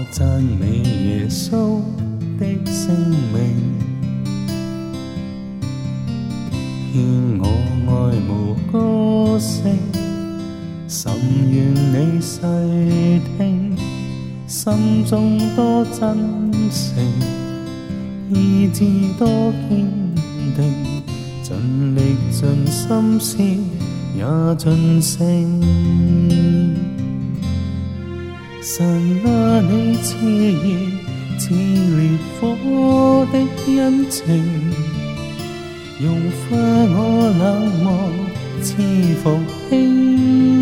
赞美耶穌的聖名，獻我愛慕歌聲，甚願你細聽，心中多真誠，意志多堅定，盡力盡心思也盡性。神啊，你熾熱似烈火的恩情，融化我冷漠似復興。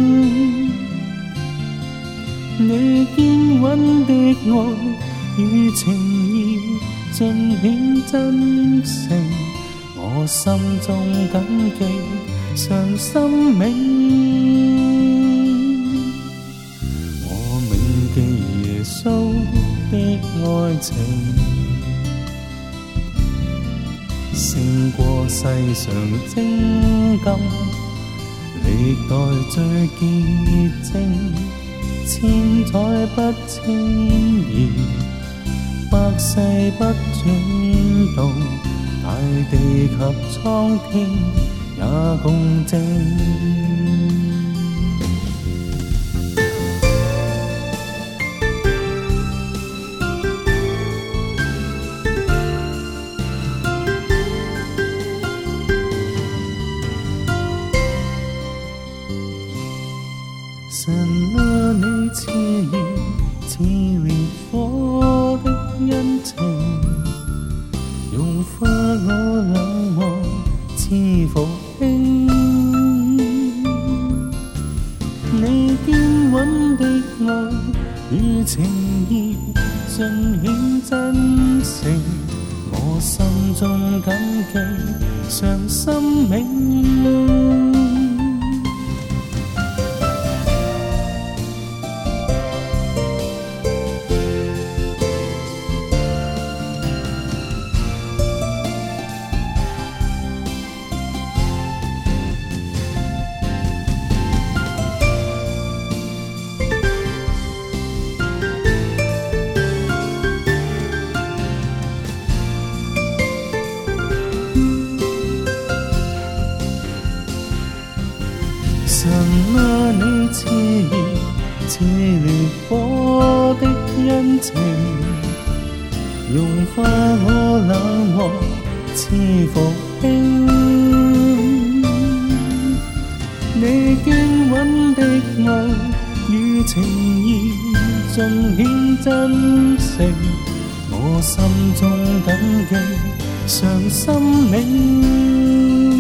你堅穩的愛與情義盡顯真誠，我心中謹記常心銘。耶穌的愛情，勝過世上精金，歷代最潔淨，千載不遷移，百世不轉動，大地及蒼天也共證。神啊，你熾熱似烈火的恩情，融化我冷漠似復興。你堅穩的愛與情義盡顯真誠，我心中謹記常心銘。神啊，你熾熱似烈火的恩情，融化我冷漠似復興。你堅穩的愛與情義盡顯真誠，我心中謹記常心銘。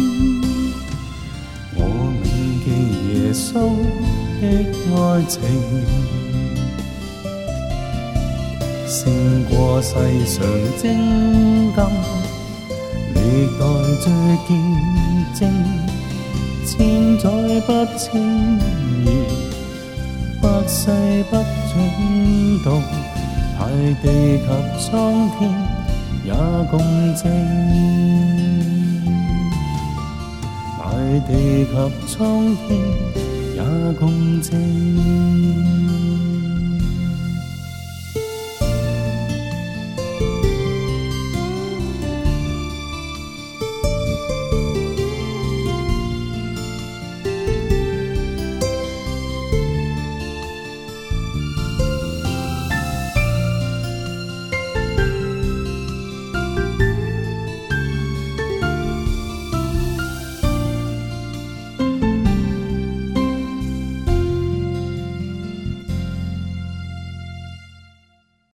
耶穌的愛情，勝過世上精金，歷代最潔淨，千載不遷移，百世不轉動，大地及蒼天也共證。大地及蒼天也共證。